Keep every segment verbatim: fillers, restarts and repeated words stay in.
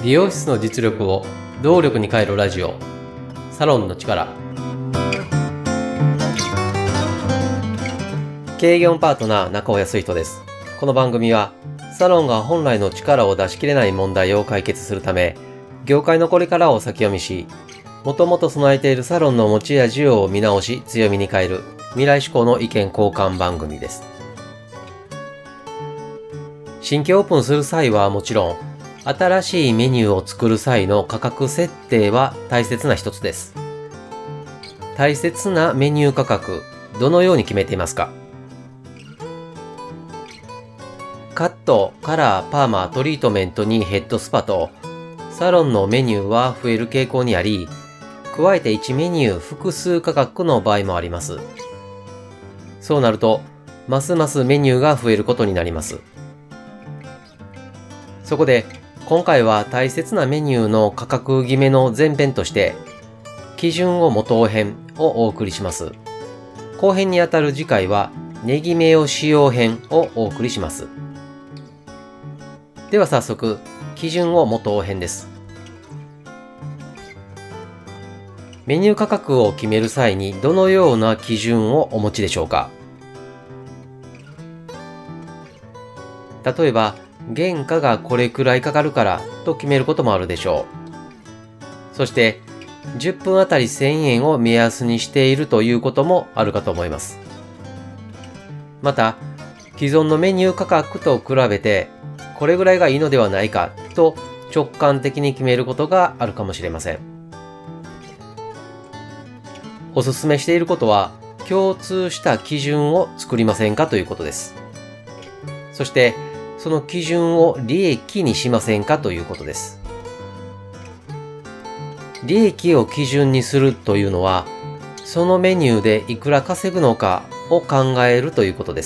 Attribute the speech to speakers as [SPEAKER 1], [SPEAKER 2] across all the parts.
[SPEAKER 1] 美容室の実力を動力に変えるラジオ、サロンの力。経営業パートナー中尾康人です。この番組はサロンが本来の力を出し切れない問題を解決するため、業界のこれからを先読みし、もともと備えているサロンの持ち味を見直し強みに変える未来志向の意見交換番組です。新規オープンする際はもちろん、新しいメニューを作る際の価格設定は大切な一つです。大切なメニュー価格、どのように決めていますか？カット、カラー、パーマ、トリートメントにヘッドスパと、サロンのメニューは増える傾向にあり、加えていちメニュー複数価格の場合もあります。そうなると、ますますメニューが増えることになります。そこで、今回は大切なメニューの価格決めの前編として、基準を元編をお送りします。後編にあたる次回は、ネギ目を使用編をお送りします。では早速、基準を元編です。メニュー価格を決める際にどのような基準をお持ちでしょうか？例えば、原価がこれくらいかかるからと決めることもあるでしょう。そして、じゅっぷんあたりせんえんを目安にしているということもあるかと思います。また、既存のメニュー価格と比べて、これぐらいがいいのではないかと直感的に決めることがあるかもしれません。おすすめしていることは、共通した基準を作りませんかということです。そして、その基準を利益にしませんかということです。利益を基準にするというのは、そのメニューでいくら稼ぐのかを考えるということです。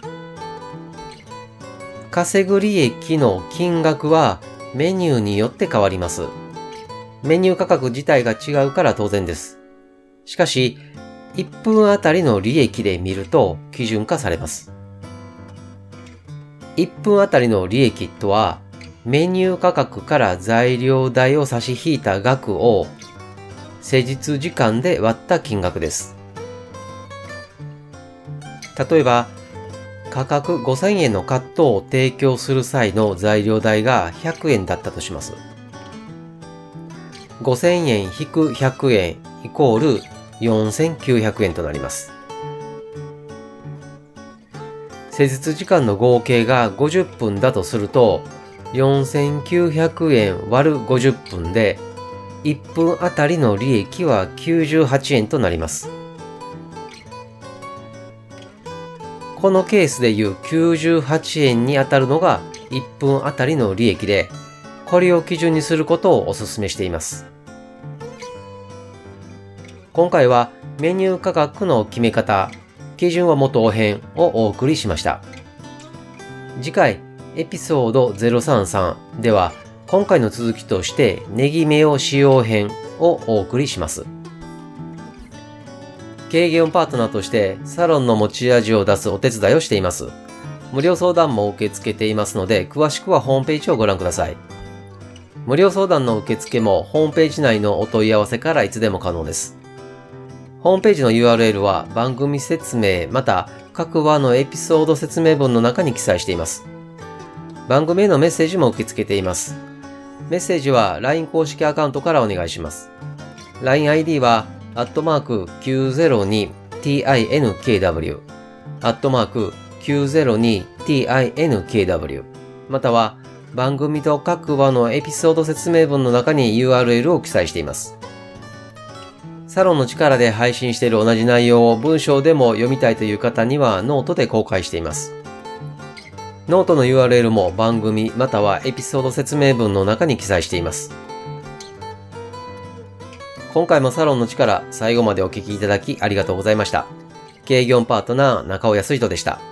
[SPEAKER 1] 稼ぐ利益の金額はメニューによって変わります。メニュー価格自体が違うから当然です。しかし、いっぷんあたりの利益で見ると基準化されます。いっぷんあたりの利益とは、メニュー価格から材料代を差し引いた額を施術時間で割った金額です。例えば、価格ごせんえんのカットを提供する際の材料代がひゃくえんだったとします。ごせんえん引くひゃくえんイコールよんせんきゅうひゃくえんとなります。施術時間の合計がごじゅっぷんだとすると、よんせんきゅうひゃくえん割るごじゅっぷんで、いっぷんあたりの利益はきゅうじゅうはちえんとなります。このケースでいうきゅうじゅうはちえんに当たるのがいっぷんあたりの利益で、これを基準にすることをお勧めしています。今回はメニュー価格の決め方、基準は元編をお送りしました。次回、エピソードゼロさんさんでは、今回の続きとしてネギ目を使用編をお送りします。経営業パートナーとしてサロンの持ち味を出すお手伝いをしています。無料相談も受け付けていますので、詳しくはホームページをご覧ください。無料相談の受付もホームページ内のお問い合わせからいつでも可能です。ホームページの ユーアールエル は番組説明また各話のエピソード説明文の中に記載しています。番組へのメッセージも受け付けています。メッセージは ライン 公式アカウントからお願いします。ラインアイディー はアットマーク きゅうぜろにティーアイエヌケーダブリュー アットマーク きゅうぜろにティーアイエヌケーダブリュー または番組と各話のエピソード説明文の中に ユーアールエル を記載しています。サロンの力で配信している同じ内容を文章でも読みたいという方にはノートで公開しています。ノートの ユーアールエル も番組またはエピソード説明文の中に記載しています。今回もサロンの力、最後までお聞きいただきありがとうございました。経営業パートナー中尾康人でした。